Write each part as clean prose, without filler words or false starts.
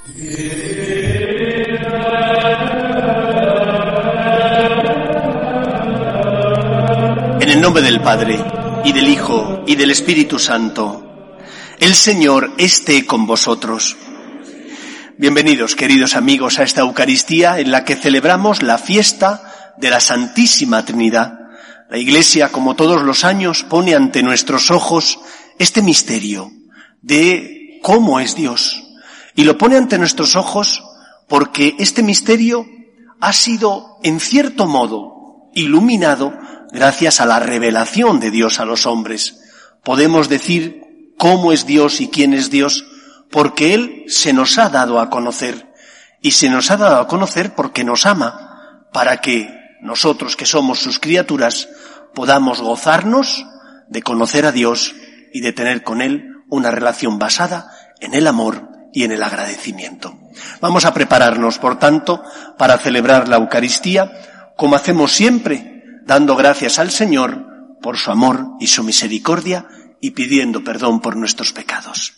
En el nombre del Padre, y del Hijo, y del Espíritu Santo, el Señor esté con vosotros. Bienvenidos, queridos amigos, a esta Eucaristía en la que celebramos la fiesta de la Santísima Trinidad. La Iglesia, como todos los años, pone ante nuestros ojos este misterio de cómo es Dios. Y lo pone ante nuestros ojos porque este misterio ha sido, en cierto modo, iluminado gracias a la revelación de Dios a los hombres. Podemos decir cómo es Dios y quién es Dios porque Él se nos ha dado a conocer. Y se nos ha dado a conocer porque nos ama, para que nosotros, que somos sus criaturas, podamos gozarnos de conocer a Dios y de tener con Él una relación basada en el amor y en el agradecimiento. Vamos a prepararnos, por tanto, para celebrar la Eucaristía, como hacemos siempre, dando gracias al Señor por su amor y su misericordia y pidiendo perdón por nuestros pecados.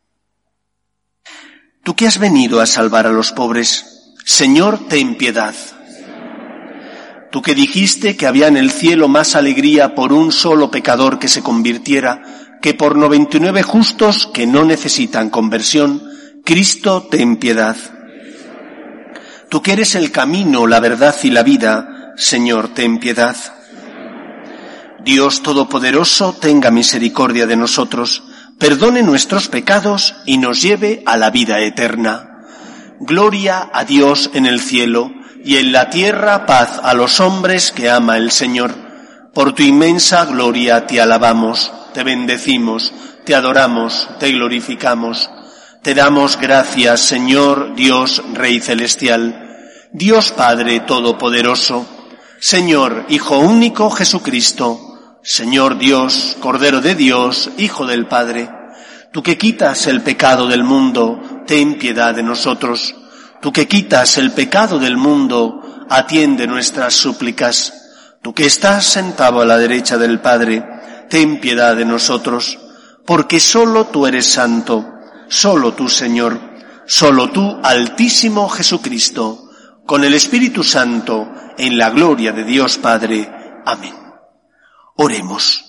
Tú que has venido a salvar a los pobres, Señor, ten piedad. Tú que dijiste que había en el cielo más alegría por un solo pecador que se convirtiera que por 99 justos que no necesitan conversión, Cristo, ten piedad. Tú que eres el camino, la verdad y la vida, Señor, ten piedad. Dios Todopoderoso, tenga misericordia de nosotros, perdone nuestros pecados y nos lleve a la vida eterna. Gloria a Dios en el cielo y en la tierra paz a los hombres que ama el Señor. Por tu inmensa gloria te alabamos, te bendecimos, te adoramos, te glorificamos. Te damos gracias, Señor Dios Rey Celestial, Dios Padre Todopoderoso, Señor Hijo único Jesucristo, Señor Dios, Cordero de Dios, Hijo del Padre. Tú que quitas el pecado del mundo, ten piedad de nosotros. Tú que quitas el pecado del mundo, atiende nuestras súplicas. Tú que estás sentado a la derecha del Padre, ten piedad de nosotros, porque solo tú eres santo, solo tú, Señor, solo tú, Altísimo Jesucristo, con el Espíritu Santo, en la gloria de Dios Padre. Amén. Oremos.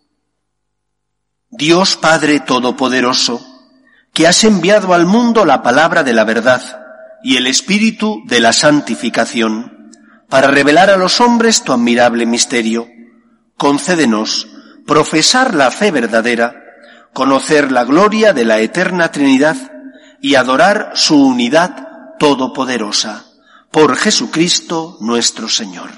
Dios Padre Todopoderoso, que has enviado al mundo la palabra de la verdad y el Espíritu de la santificación, para revelar a los hombres tu admirable misterio, concédenos profesar la fe verdadera, conocer la gloria de la eterna Trinidad y adorar su unidad todopoderosa. Por Jesucristo nuestro Señor.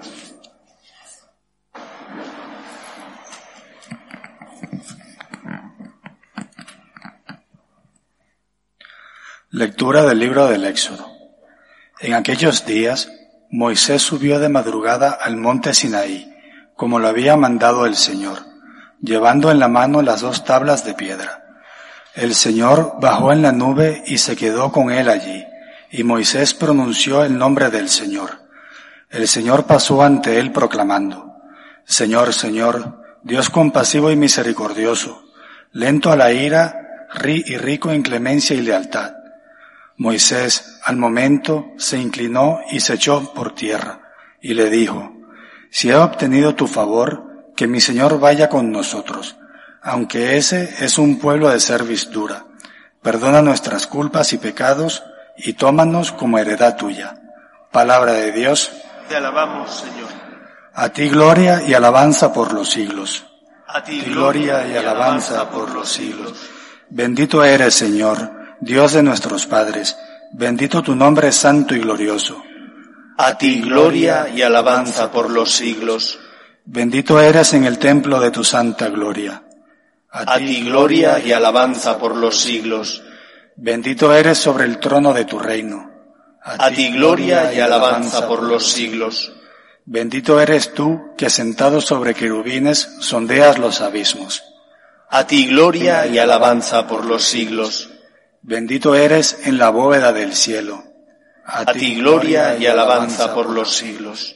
Lectura del libro del Éxodo. En aquellos días, Moisés subió de madrugada al monte Sinaí, como lo había mandado el Señor, llevando en la mano las 2 tablas de piedra. El Señor bajó en la nube y se quedó con él allí, y Moisés pronunció el nombre del Señor. El Señor pasó ante él proclamando: Señor, Señor, Dios compasivo y misericordioso, lento a la ira y rico en clemencia y lealtad. Moisés, al momento, se inclinó y se echó por tierra, y le dijo: Si he obtenido tu favor, que mi Señor vaya con nosotros, aunque ese es un pueblo de cerviz dura. Perdona nuestras culpas y pecados, y tómanos como heredad tuya. Palabra de Dios. Te alabamos, Señor. A ti gloria y alabanza por los siglos. A ti gloria y alabanza por los siglos. Bendito eres, Señor, Dios de nuestros padres. Bendito tu nombre santo y glorioso. A ti gloria y alabanza por los siglos. Bendito eres en el templo de tu santa gloria. A ti gloria y alabanza por los siglos. Bendito eres sobre el trono de tu reino. A ti gloria y alabanza por los siglos. Bendito eres tú que sentado sobre querubines sondeas los abismos. A ti gloria y alabanza por los siglos. Bendito eres en la bóveda del cielo. A ti gloria y alabanza por los siglos.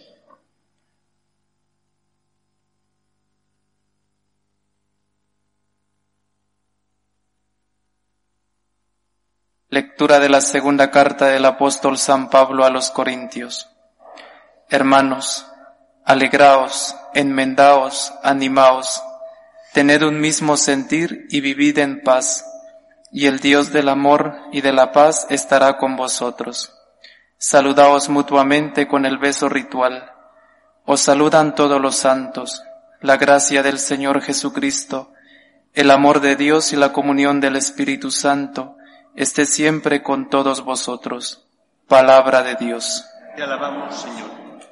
Lectura de la segunda carta del apóstol San Pablo a los Corintios. Hermanos, alegraos, enmendaos, animaos, tened un mismo sentir y vivid en paz, y el Dios del amor y de la paz estará con vosotros. Saludaos mutuamente con el beso ritual. Os saludan todos los santos. La gracia del Señor Jesucristo, el amor de Dios y la comunión del Espíritu Santo esté siempre con todos vosotros. Palabra de Dios. Te alabamos, Señor.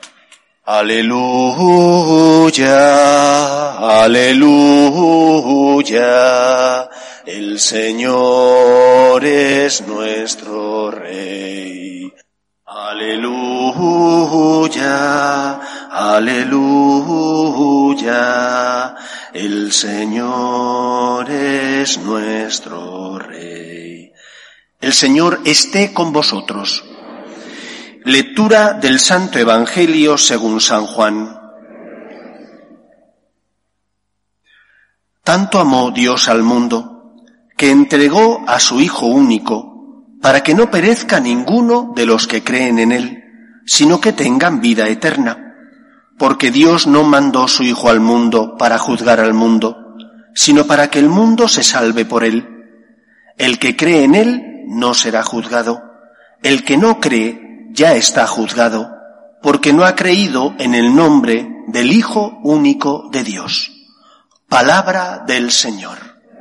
Aleluya, aleluya, el Señor es nuestro Rey. Aleluya, aleluya, el Señor es nuestro Rey. El Señor esté con vosotros. Lectura del Santo Evangelio según San Juan. Tanto amó Dios al mundo, que entregó a su Hijo único, para que no perezca ninguno de los que creen en Él, sino que tengan vida eterna. Porque Dios no mandó su Hijo al mundo para juzgar al mundo, sino para que el mundo se salve por Él. El que cree en Él no será juzgado. El que no cree ya está juzgado, porque no ha creído en el nombre del Hijo único de Dios. Palabra del Señor.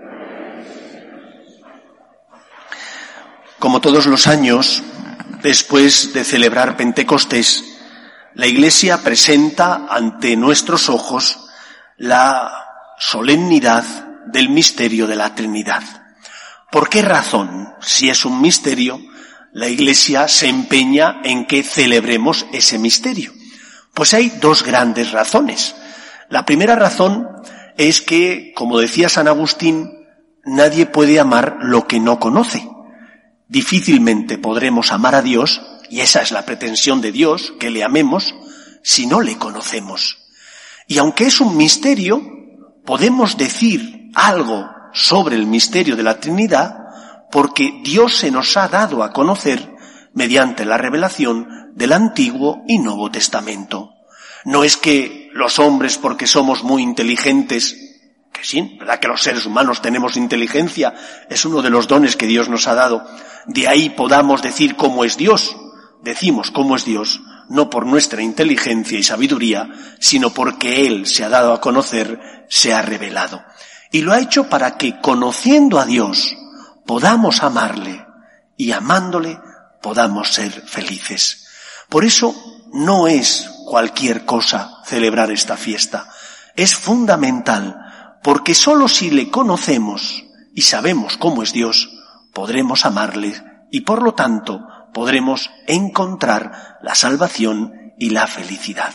Como todos los años, después de celebrar Pentecostés, la Iglesia presenta ante nuestros ojos la solemnidad del misterio de la Trinidad. ¿Por qué razón, si es un misterio, la Iglesia se empeña en que celebremos ese misterio? Pues hay dos grandes razones. La primera razón es que, como decía San Agustín, nadie puede amar lo que no conoce. Difícilmente podremos amar a Dios, y esa es la pretensión de Dios, que le amemos, si no le conocemos. Y aunque es un misterio, podemos decir algo sobre el misterio de la Trinidad, porque Dios se nos ha dado a conocer mediante la revelación del Antiguo y Nuevo Testamento. No es que los hombres, porque somos muy inteligentes, que sí, verdad que los seres humanos tenemos inteligencia, es uno de los dones que Dios nos ha dado, de ahí podamos decir cómo es Dios. Decimos cómo es Dios, no por nuestra inteligencia y sabiduría, sino porque Él se ha dado a conocer, se ha revelado. Y lo ha hecho para que, conociendo a Dios, podamos amarle, y amándole podamos ser felices. Por eso no es cualquier cosa celebrar esta fiesta. Es fundamental, porque sólo si le conocemos y sabemos cómo es Dios, podremos amarle y por lo tanto podremos encontrar la salvación y la felicidad.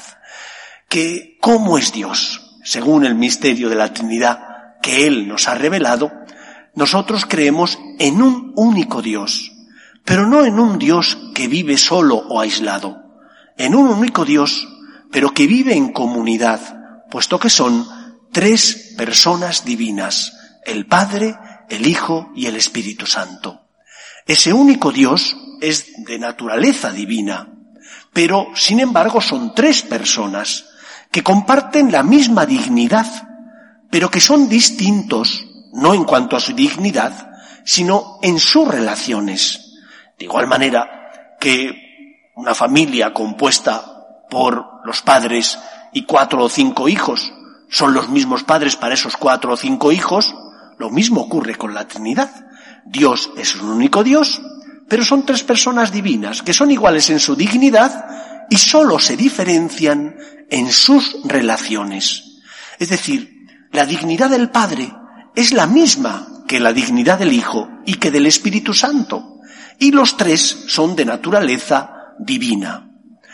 Que ¿cómo es Dios? Según el misterio de la Trinidad que Él nos ha revelado, nosotros creemos en un único Dios, pero no en un Dios que vive solo o aislado, en un único Dios, pero que vive en comunidad, puesto que son tres personas divinas, el Padre, el Hijo y el Espíritu Santo. Ese único Dios es de naturaleza divina, pero sin embargo son tres personas que comparten la misma dignidad, pero que son distintos, no en cuanto a su dignidad, sino en sus relaciones. De igual manera que una familia compuesta por los padres y 4 o 5 hijos son los mismos padres para esos 4 o 5 hijos, lo mismo ocurre con la Trinidad. Dios es un único Dios, pero son tres personas divinas que son iguales en su dignidad y solo se diferencian en sus relaciones. Es decir, la dignidad del Padre es la misma que la dignidad del Hijo y que del Espíritu Santo, y los tres son de naturaleza divina.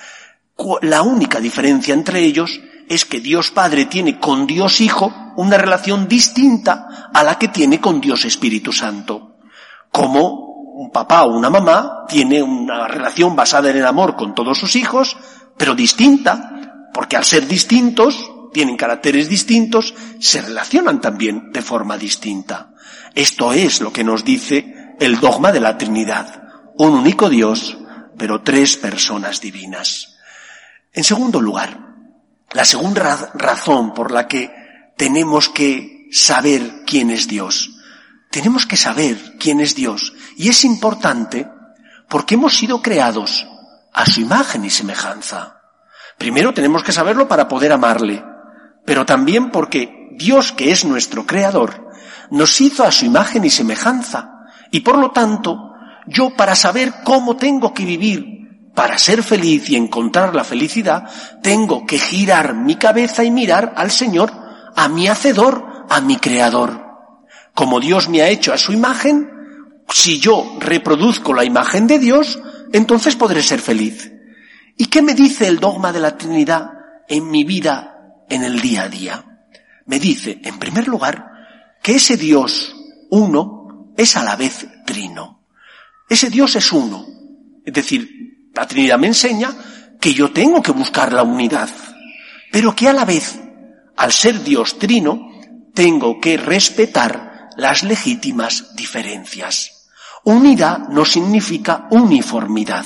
La única diferencia entre ellos es que Dios Padre tiene con Dios Hijo una relación distinta a la que tiene con Dios Espíritu Santo. Como un papá o una mamá tiene una relación basada en el amor con todos sus hijos, pero distinta, porque al ser distintos, tienen caracteres distintos, se relacionan también de forma distinta. Esto es lo que nos dice el dogma de la Trinidad. Un único Dios, pero tres personas divinas. En segundo lugar, la segunda razón por la que tenemos que saber quién es Dios. Tenemos que saber quién es Dios. Y es importante porque hemos sido creados a su imagen y semejanza. Primero tenemos que saberlo para poder amarle, pero también porque Dios, que es nuestro creador, nos hizo a su imagen y semejanza. Y por lo tanto, yo para saber cómo tengo que vivir para ser feliz y encontrar la felicidad, tengo que girar mi cabeza y mirar al Señor, a mi Hacedor, a mi Creador. Como Dios me ha hecho a su imagen, si yo reproduzco la imagen de Dios, entonces podré ser feliz. ¿Y qué me dice el dogma de la Trinidad en mi vida, en el día a día? Me dice, en primer lugar, que ese Dios uno es a la vez trino. Ese Dios es uno. Es decir, la Trinidad me enseña que yo tengo que buscar la unidad, pero que a la vez, al ser Dios trino, tengo que respetar las legítimas diferencias. Unidad no significa uniformidad.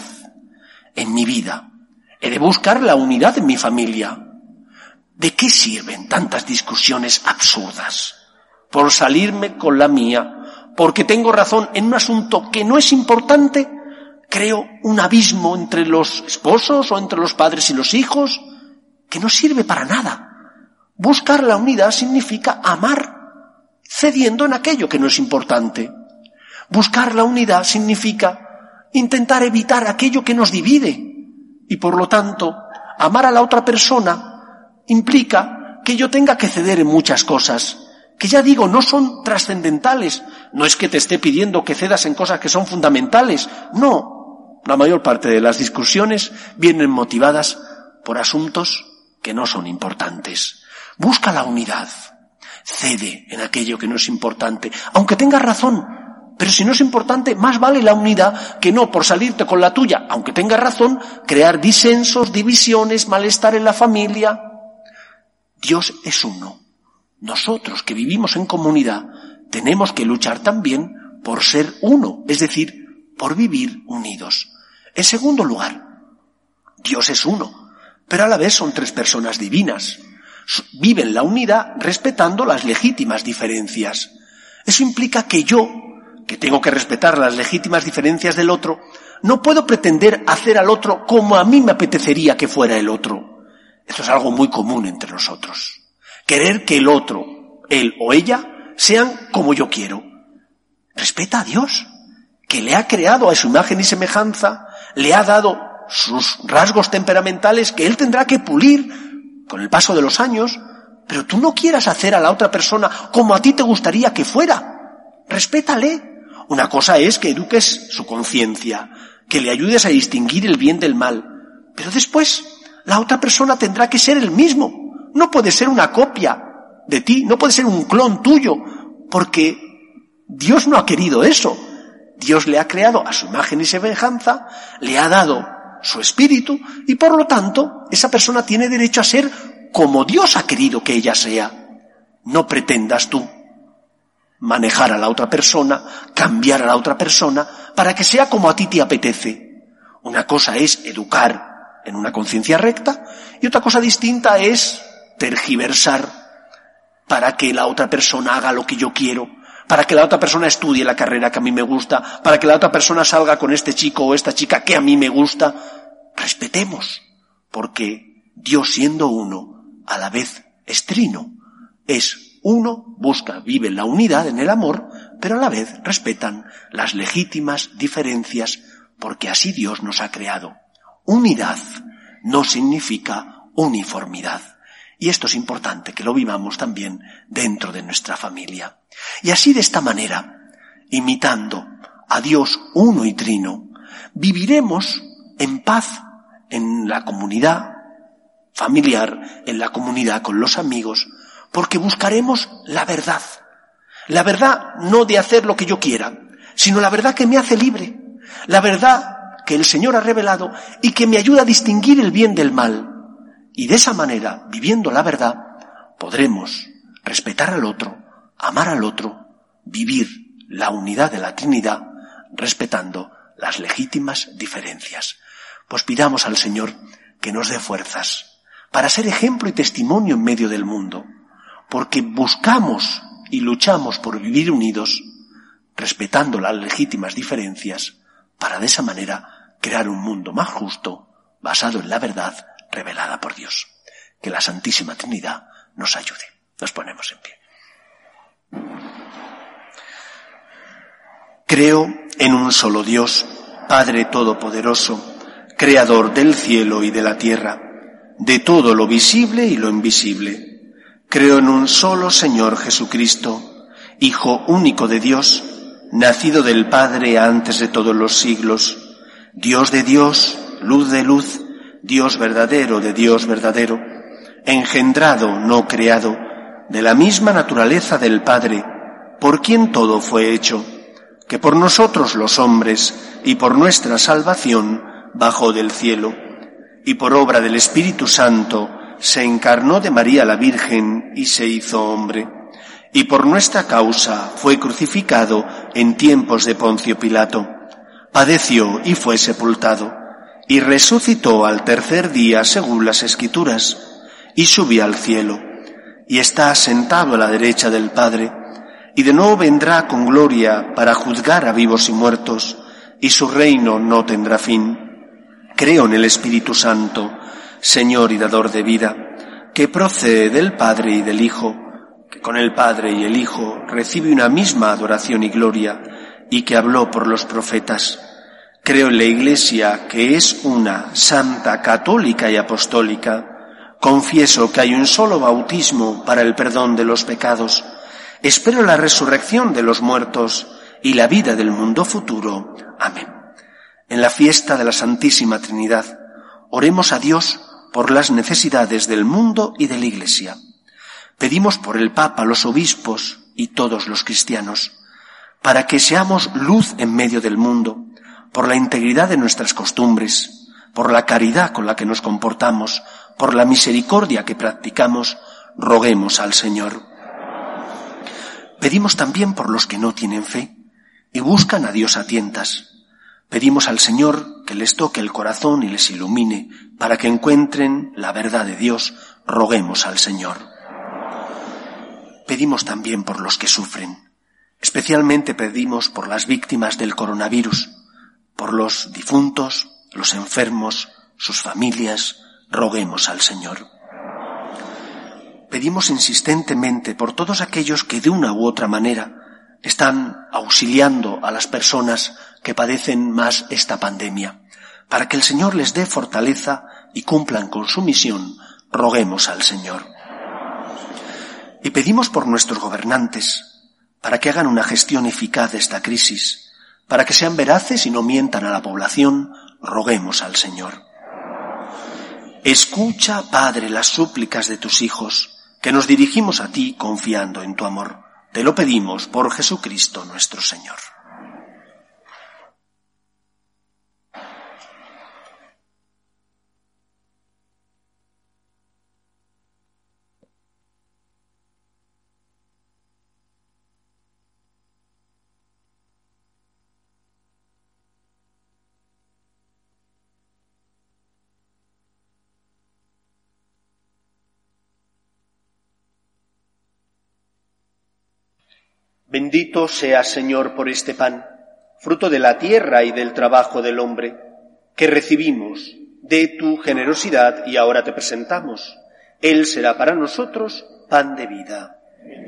En mi vida, he de buscar la unidad en mi familia. ¿De qué sirven tantas discusiones absurdas? Por salirme con la mía, porque tengo razón en un asunto que no es importante, creo un abismo entre los esposos o entre los padres y los hijos que no sirve para nada. Buscar la unidad significa amar, cediendo en aquello que no es importante. Buscar la unidad significa intentar evitar aquello que nos divide. Y por lo tanto, amar a la otra persona implica que yo tenga que ceder en muchas cosas, que ya digo, no son trascendentales. No es que te esté pidiendo que cedas en cosas que son fundamentales. No. La mayor parte de las discusiones vienen motivadas por asuntos que no son importantes. Busca la unidad. Cede en aquello que no es importante, aunque tengas razón. Pero si no es importante, más vale la unidad que no, por salirte con la tuya, aunque tengas razón, crear disensos, divisiones, malestar en la familia. Dios es uno. Nosotros que vivimos en comunidad tenemos que luchar también por ser uno, es decir, por vivir unidos. En segundo lugar, Dios es uno, pero a la vez son tres personas divinas. Viven la unidad respetando las legítimas diferencias. Eso implica que yo, que tengo que respetar las legítimas diferencias del otro, no puedo pretender hacer al otro como a mí me apetecería que fuera el otro. Esto es algo muy común entre nosotros. Querer que el otro, él o ella, sean como yo quiero. Respeta a Dios, que le ha creado a su imagen y semejanza, le ha dado sus rasgos temperamentales que él tendrá que pulir con el paso de los años, pero tú no quieras hacer a la otra persona como a ti te gustaría que fuera. Respétale. Una cosa es que eduques su conciencia, que le ayudes a distinguir el bien del mal, pero después la otra persona tendrá que ser el mismo. No puede ser una copia de ti, no puede ser un clon tuyo, porque Dios no ha querido eso. Dios le ha creado a su imagen y semejanza, le ha dado su espíritu y por lo tanto esa persona tiene derecho a ser como Dios ha querido que ella sea. No pretendas tú manejar a la otra persona, cambiar a la otra persona para que sea como a ti te apetece. Una cosa es educar en una conciencia recta y otra cosa distinta es tergiversar para que la otra persona haga lo que yo quiero, para que la otra persona estudie la carrera que a mí me gusta, para que la otra persona salga con este chico o esta chica que a mí me gusta. Respetemos, porque Dios siendo uno, a la vez es trino. Es uno, busca, vive la unidad en el amor, pero a la vez respetan las legítimas diferencias, porque así Dios nos ha creado. Unidad no significa uniformidad. Y esto es importante que lo vivamos también dentro de nuestra familia. Y así de esta manera, imitando a Dios uno y trino, viviremos en paz en la comunidad familiar, en la comunidad con los amigos, porque buscaremos la verdad. La verdad no de hacer lo que yo quiera, sino la verdad que me hace libre. La verdad que el Señor ha revelado y que me ayuda a distinguir el bien del mal. Y de esa manera, viviendo la verdad, podremos respetar al otro, amar al otro, vivir la unidad de la Trinidad, respetando las legítimas diferencias. Pues pidamos al Señor que nos dé fuerzas para ser ejemplo y testimonio en medio del mundo, porque buscamos y luchamos por vivir unidos, respetando las legítimas diferencias, para de esa manera crear un mundo más justo, basado en la verdad revelada por Dios. Que la Santísima Trinidad nos ayude. Nos ponemos en pie. Creo en un solo Dios, Padre Todopoderoso, Creador del cielo y de la tierra, de todo lo visible y lo invisible. Creo en un solo Señor Jesucristo, Hijo único de Dios, nacido del Padre antes de todos los siglos, Dios de Dios, luz de luz, Dios verdadero de Dios verdadero, engendrado, no creado, de la misma naturaleza del Padre, por quien todo fue hecho, que por nosotros los hombres y por nuestra salvación bajó del cielo, y por obra del Espíritu Santo se encarnó de María la Virgen y se hizo hombre, y por nuestra causa fue crucificado en tiempos de Poncio Pilato, padeció y fue sepultado, y resucitó al tercer día según las Escrituras, y subió al cielo, y está sentado a la derecha del Padre, y de nuevo vendrá con gloria para juzgar a vivos y muertos, y su reino no tendrá fin. Creo en el Espíritu Santo, Señor y dador de vida, que procede del Padre y del Hijo, que con el Padre y el Hijo recibe una misma adoración y gloria, y que habló por los profetas. Creo en la Iglesia, que es una, santa, católica y apostólica. Confieso que hay un solo bautismo para el perdón de los pecados. Espero la resurrección de los muertos y la vida del mundo futuro. Amén. En la fiesta de la Santísima Trinidad, oremos a Dios por las necesidades del mundo y de la Iglesia. Pedimos por el Papa, los obispos y todos los cristianos, para que seamos luz en medio del mundo, por la integridad de nuestras costumbres, por la caridad con la que nos comportamos, por la misericordia que practicamos, roguemos al Señor. Pedimos también por los que no tienen fe y buscan a Dios a tientas. Pedimos al Señor que les toque el corazón y les ilumine para que encuentren la verdad de Dios. Roguemos al Señor. Pedimos también por los que sufren. Especialmente pedimos por las víctimas del coronavirus, por los difuntos, los enfermos, sus familias. Roguemos al Señor. Pedimos insistentemente por todos aquellos que de una u otra manera están auxiliando a las personas que padecen más esta pandemia, para que el Señor les dé fortaleza y cumplan con su misión. Roguemos al Señor. Y pedimos por nuestros gobernantes, para que hagan una gestión eficaz de esta crisis, para que sean veraces y no mientan a la población. Roguemos al Señor. Escucha, Padre, las súplicas de tus hijos, que nos dirigimos a ti confiando en tu amor. Te lo pedimos por Jesucristo nuestro Señor. Bendito seas, Señor, por este pan, fruto de la tierra y del trabajo del hombre, que recibimos de tu generosidad y ahora te presentamos. Él será para nosotros pan de vida.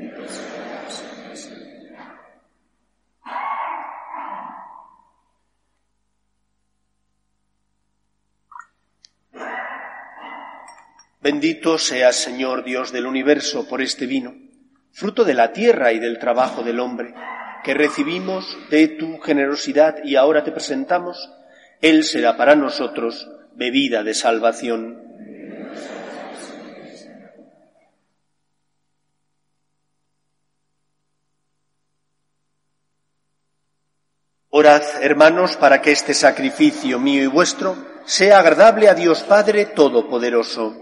Bendito seas, Señor, Dios del universo, por este vino, fruto de la tierra y del trabajo del hombre, que recibimos de tu generosidad y ahora te presentamos. Él será para nosotros bebida de salvación. Orad, hermanos, para que este sacrificio mío y vuestro sea agradable a Dios Padre Todopoderoso.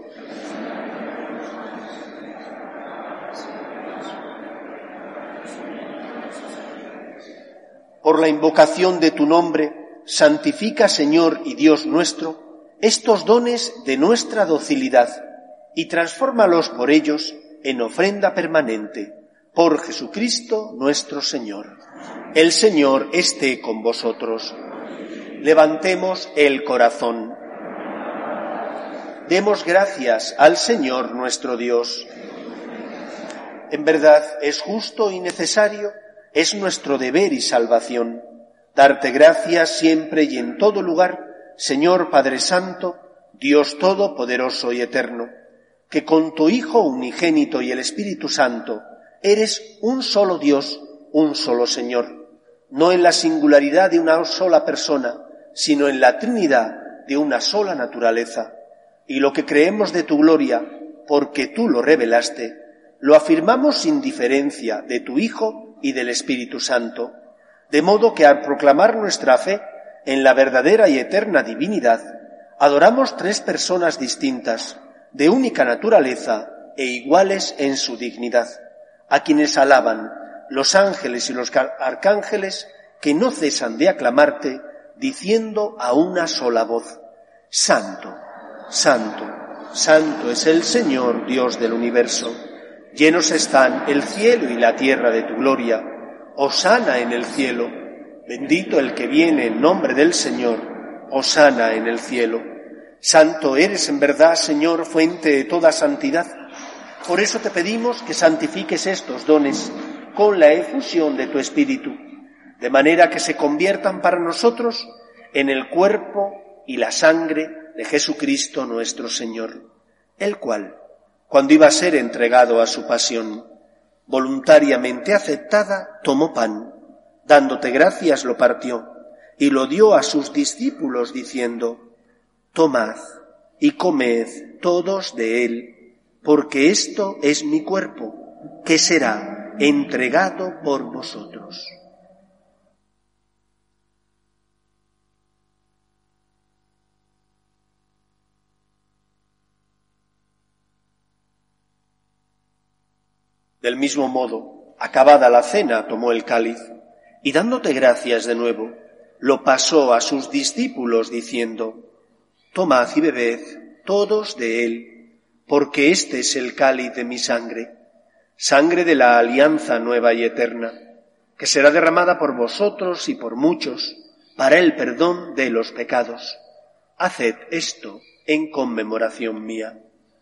por la invocación de tu nombre, santifica, Señor y Dios nuestro, estos dones de nuestra docilidad y transfórmalos por ellos en ofrenda permanente, por Jesucristo nuestro Señor. El Señor esté con vosotros. Levantemos el corazón. Demos gracias al Señor nuestro Dios. En verdad es justo y necesario, es nuestro deber y salvación, darte gracias siempre y en todo lugar, Señor Padre Santo, Dios Todopoderoso y Eterno, que con tu Hijo unigénito y el Espíritu Santo eres un solo Dios, un solo Señor, no en la singularidad de una sola persona, sino en la Trinidad de una sola naturaleza. Y lo que creemos de tu gloria, porque tú lo revelaste, lo afirmamos sin diferencia de tu Hijo y del Espíritu Santo, de modo que al proclamar nuestra fe en la verdadera y eterna divinidad, adoramos tres personas distintas, de única naturaleza e iguales en su dignidad, a quienes alaban los ángeles y los arcángeles que no cesan de aclamarte, diciendo a una sola voz: Santo, Santo, Santo es el Señor Dios del universo. Llenos están el cielo y la tierra de tu gloria. Hosana en el cielo. Bendito el que viene en nombre del Señor. Hosana en el cielo. Santo eres en verdad, Señor, fuente de toda santidad. Por eso te pedimos que santifiques estos dones con la efusión de tu Espíritu, de manera que se conviertan para nosotros en el cuerpo y la sangre de Jesucristo nuestro Señor, el cual, cuando iba a ser entregado a su pasión, voluntariamente aceptada, tomó pan, dándote gracias lo partió, y lo dio a sus discípulos diciendo: Tomad y comed todos de él, porque esto es mi cuerpo, que será entregado por vosotros. Del mismo modo, acabada la cena, tomó el cáliz, y dándote gracias de nuevo, lo pasó a sus discípulos diciendo: Tomad y bebed todos de él, porque este es el cáliz de mi sangre, sangre de la alianza nueva y eterna, que será derramada por vosotros y por muchos, para el perdón de los pecados. Haced esto en conmemoración mía.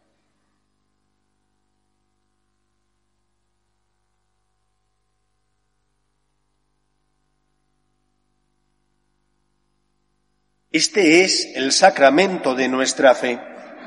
Este es el sacramento de nuestra fe.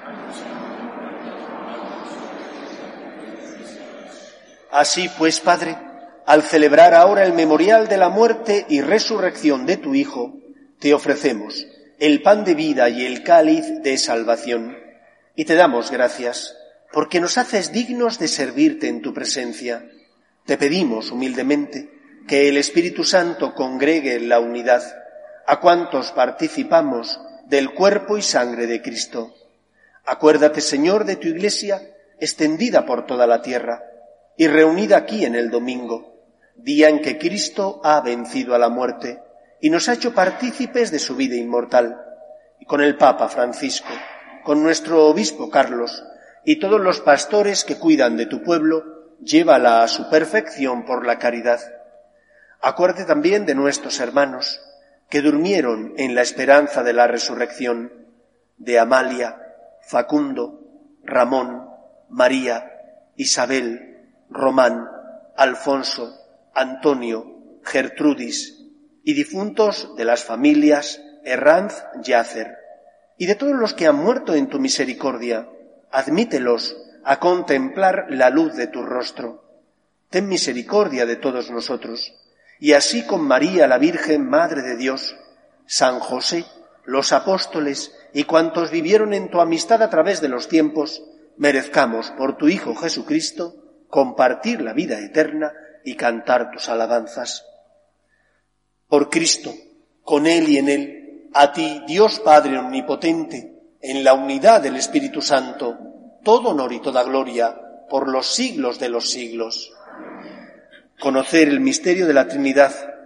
Así pues, Padre, al celebrar ahora el memorial de la muerte y resurrección de tu Hijo, te ofrecemos el pan de vida y el cáliz de salvación, y te damos gracias, porque nos haces dignos de servirte en tu presencia. Te pedimos humildemente que el Espíritu Santo congregue en la unidad a cuantos participamos del cuerpo y sangre de Cristo. Acuérdate, Señor, de tu Iglesia, extendida por toda la tierra, y reunida aquí en el domingo, día en que Cristo ha vencido a la muerte, y nos ha hecho partícipes de su vida inmortal, y con el Papa Francisco, con nuestro obispo Carlos, y todos los pastores que cuidan de tu pueblo, llévala a su perfección por la caridad. Acuérdate también de nuestros hermanos, que durmieron en la esperanza de la resurrección, de Amalia, Facundo, Ramón, María, Isabel, Román, Alfonso, Antonio, Gertrudis, y difuntos de las familias Herranz y Acer, y de todos los que han muerto en tu misericordia, admítelos a contemplar la luz de tu rostro. Ten misericordia de todos nosotros, y así con María, la Virgen Madre de Dios, San José, los apóstoles y cuantos vivieron en tu amistad a través de los tiempos, merezcamos por tu Hijo Jesucristo compartir la vida eterna y cantar tus alabanzas. Por Cristo, con Él y en Él, a ti, Dios Padre Omnipotente, en la unidad del Espíritu Santo, todo honor y toda gloria por los siglos de los siglos. Conocer el misterio de la Trinidad,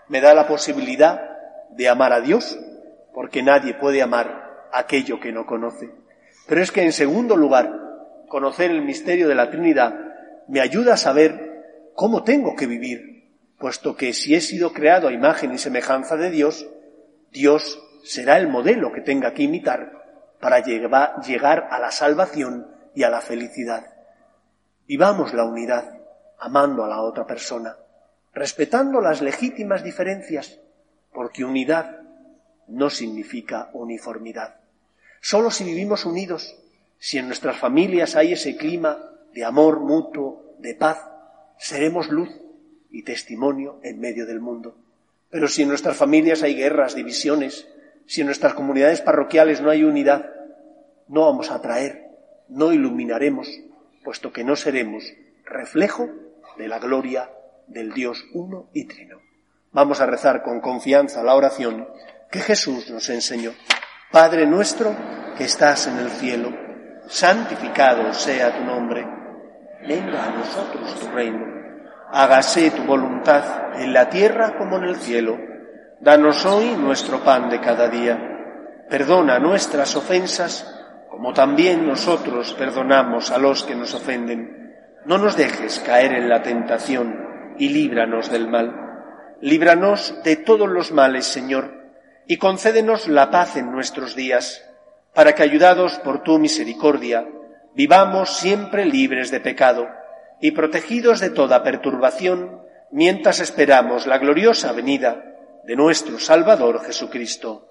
Me da la posibilidad de amar a Dios, porque nadie puede amar aquello que no conoce. Pero es que, en segundo lugar, conocer el misterio de la Trinidad me ayuda a saber cómo tengo que vivir, puesto que si he sido creado a imagen y semejanza de Dios, Dios será el modelo que tenga que imitar para llegar a la salvación y a la felicidad. Vivamos la unidad, amando a la otra persona, respetando las legítimas diferencias, porque unidad no significa uniformidad. Solo si vivimos unidos, si en nuestras familias hay ese clima de amor mutuo, de paz, seremos luz y testimonio en medio del mundo. Pero si en nuestras familias hay guerras, divisiones, si en nuestras comunidades parroquiales no hay unidad, no vamos a atraer, no iluminaremos, puesto que no seremos reflejo de la gloria del Dios uno y trino. Vamos a rezar con confianza la oración que Jesús nos enseñó. Padre nuestro que estás en el cielo, santificado sea tu nombre. Venga a nosotros tu reino. Hágase tu voluntad en la tierra como en el cielo. Danos hoy nuestro pan de cada día. Perdona nuestras ofensas, como también nosotros perdonamos a los que nos ofenden. No nos dejes caer en la tentación y líbranos del mal. Líbranos de todos los males, Señor, y concédenos la paz en nuestros días, para que, ayudados por tu misericordia, vivamos siempre libres de pecado y protegidos de toda perturbación, mientras esperamos la gloriosa venida de nuestro Salvador Jesucristo.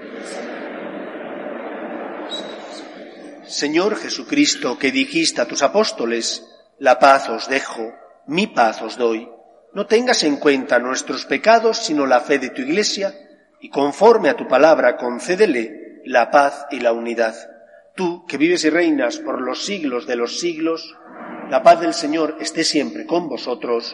Señor Jesucristo, que dijiste a tus apóstoles: la paz os dejo, mi paz os doy. No tengas en cuenta nuestros pecados, sino la fe de tu Iglesia, y conforme a tu palabra concédele la paz y la unidad. Tú, que vives y reinas por los siglos de los siglos, la paz del Señor esté siempre con vosotros.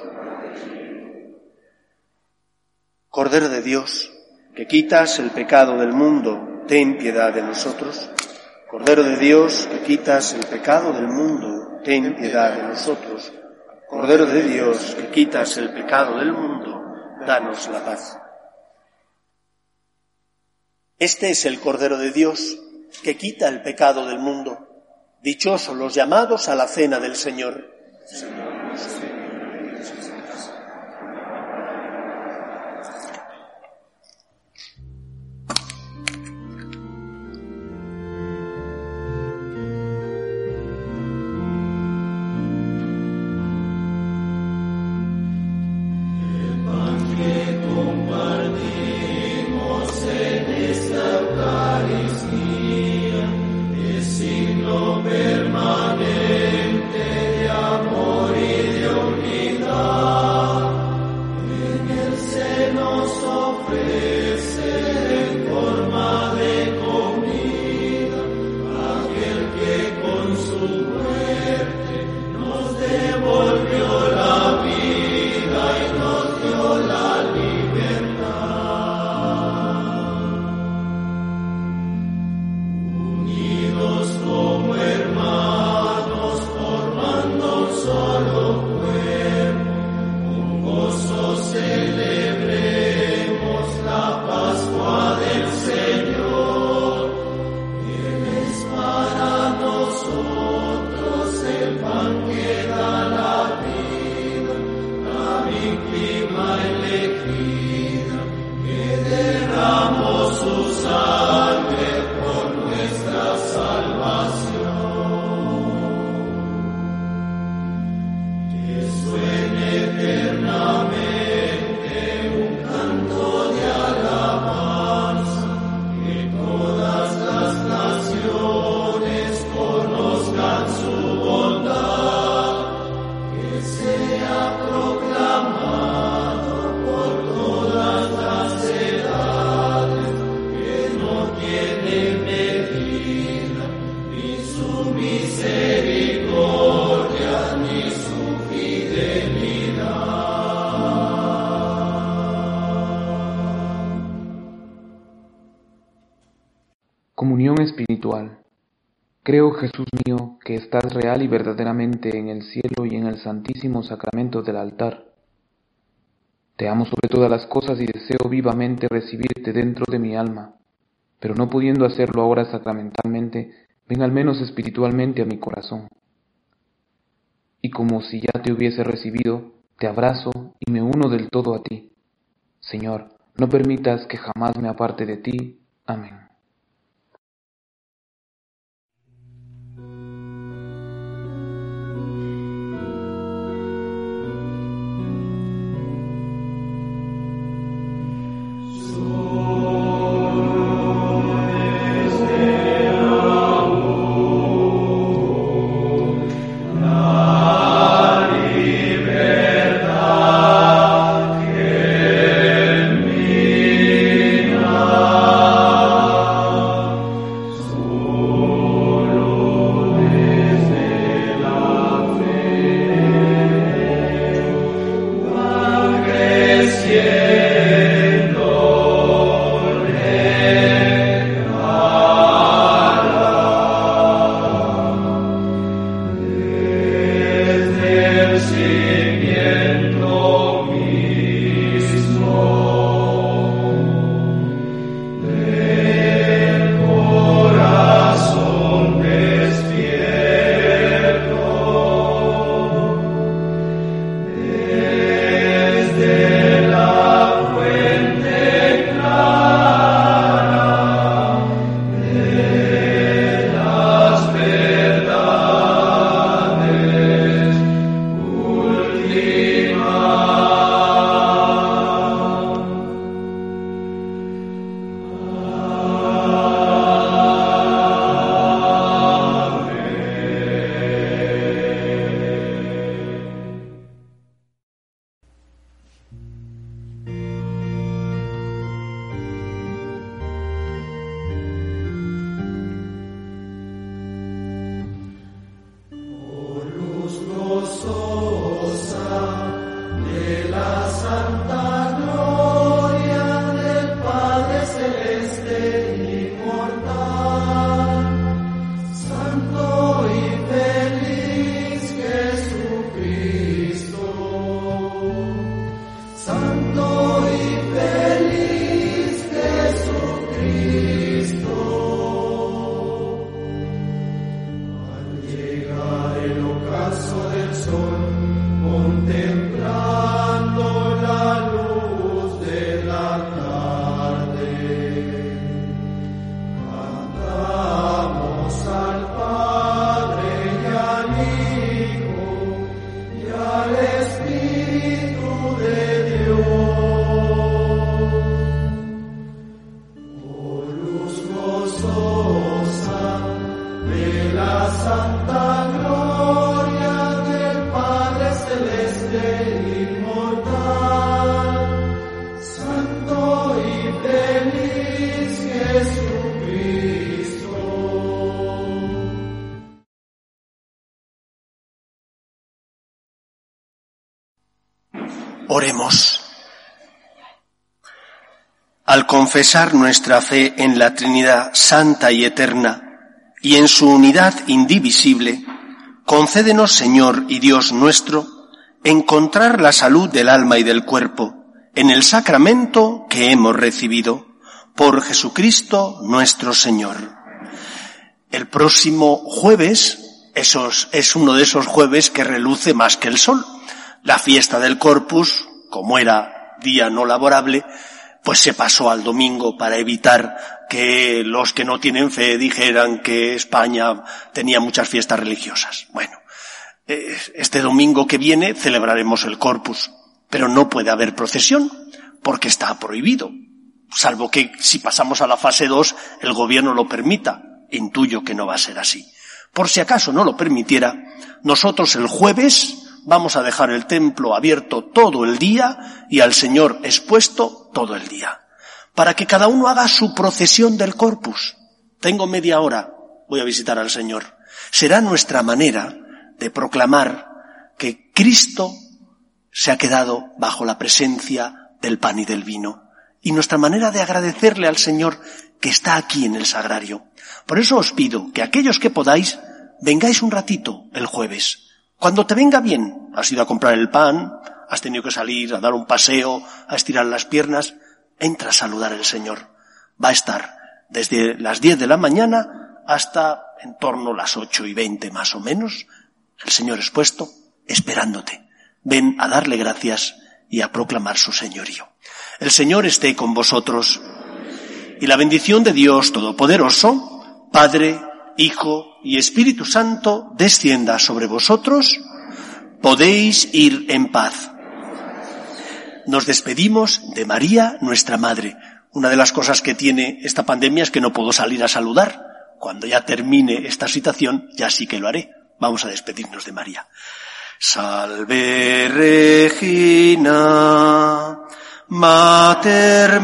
Cordero de Dios, que quitas el pecado del mundo, ten piedad de nosotros. Cordero de Dios, que quitas el pecado del mundo, ten piedad de nosotros. Cordero de Dios, que quitas el pecado del mundo, danos la paz. Este es el Cordero de Dios, que quita el pecado del mundo. Dichosos los llamados a la cena del Señor. Comunión espiritual. Creo, Jesús mío, que estás real y verdaderamente en el cielo y en el santísimo sacramento del altar. Te amo sobre todas las cosas y deseo vivamente recibirte dentro de mi alma, pero no pudiendo hacerlo ahora sacramentalmente, ven al menos espiritualmente a mi corazón. Y como si ya te hubiese recibido, te abrazo y me uno del todo a ti. Señor, no permitas que jamás me aparte de ti. Amén. Oremos. Al confesar nuestra fe en la Trinidad Santa y Eterna y en su unidad indivisible, concédenos, Señor y Dios nuestro, encontrar la salud del alma y del cuerpo en el sacramento que hemos recibido por Jesucristo nuestro Señor. El próximo jueves, es uno de esos jueves que reluce más que el sol. La fiesta del Corpus, como era día no laborable, pues se pasó al domingo para evitar que los que no tienen fe dijeran que España tenía muchas fiestas religiosas. Bueno, este domingo que viene celebraremos el Corpus, pero no puede haber procesión porque está prohibido, salvo que si pasamos a la fase 2 el gobierno lo permita. Intuyo que no va a ser así. Por si acaso no lo permitiera, nosotros el jueves vamos a dejar el templo abierto todo el día y al Señor expuesto todo el día, para que cada uno haga su procesión del Corpus. Tengo media hora, voy a visitar al Señor. Será nuestra manera de proclamar que Cristo se ha quedado bajo la presencia del pan y del vino, y nuestra manera de agradecerle al Señor que está aquí en el sagrario. Por eso os pido que aquellos que podáis, vengáis un ratito el jueves. Cuando te venga bien, has ido a comprar el pan, has tenido que salir a dar un paseo, a estirar las piernas, entra a saludar al Señor. Va a estar desde las 10 de la mañana hasta en torno a las 8:20 más o menos, el Señor expuesto, esperándote. Ven a darle gracias y a proclamar su señorío. El Señor esté con vosotros, y la bendición de Dios Todopoderoso, Padre, Hijo y Espíritu Santo, descienda sobre vosotros. Podéis ir en paz. Nos despedimos de María, nuestra Madre. Una de las cosas que tiene esta pandemia es que no puedo salir a saludar. Cuando ya termine esta situación, ya sí que lo haré. Vamos a despedirnos de María. Salve Regina, Mater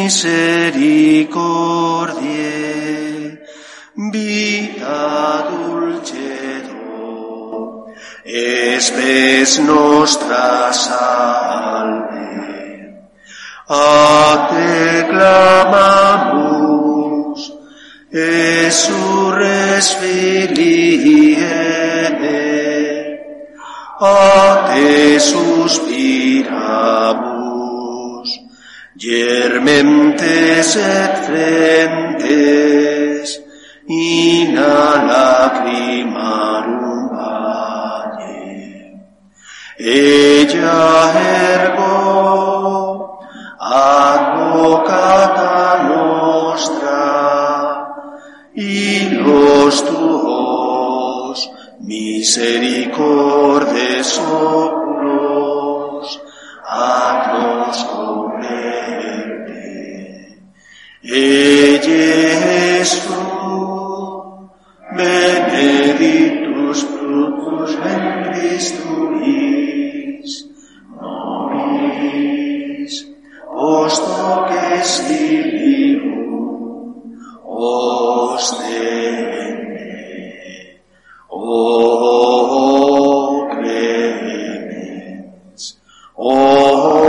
misericordiae, vita dulcedo, spes nostra salve. A te clamamus, Exsurres Filii Eve, a te suspiramus, germentes et frentes, in lacrimarum valle. Ella ergo advocata nostra, y los tuos misericordes oculos haznos comprender. Jesu, benedictus fructus ventris tuis, nobis post hoc exilium ostende. O clemens, o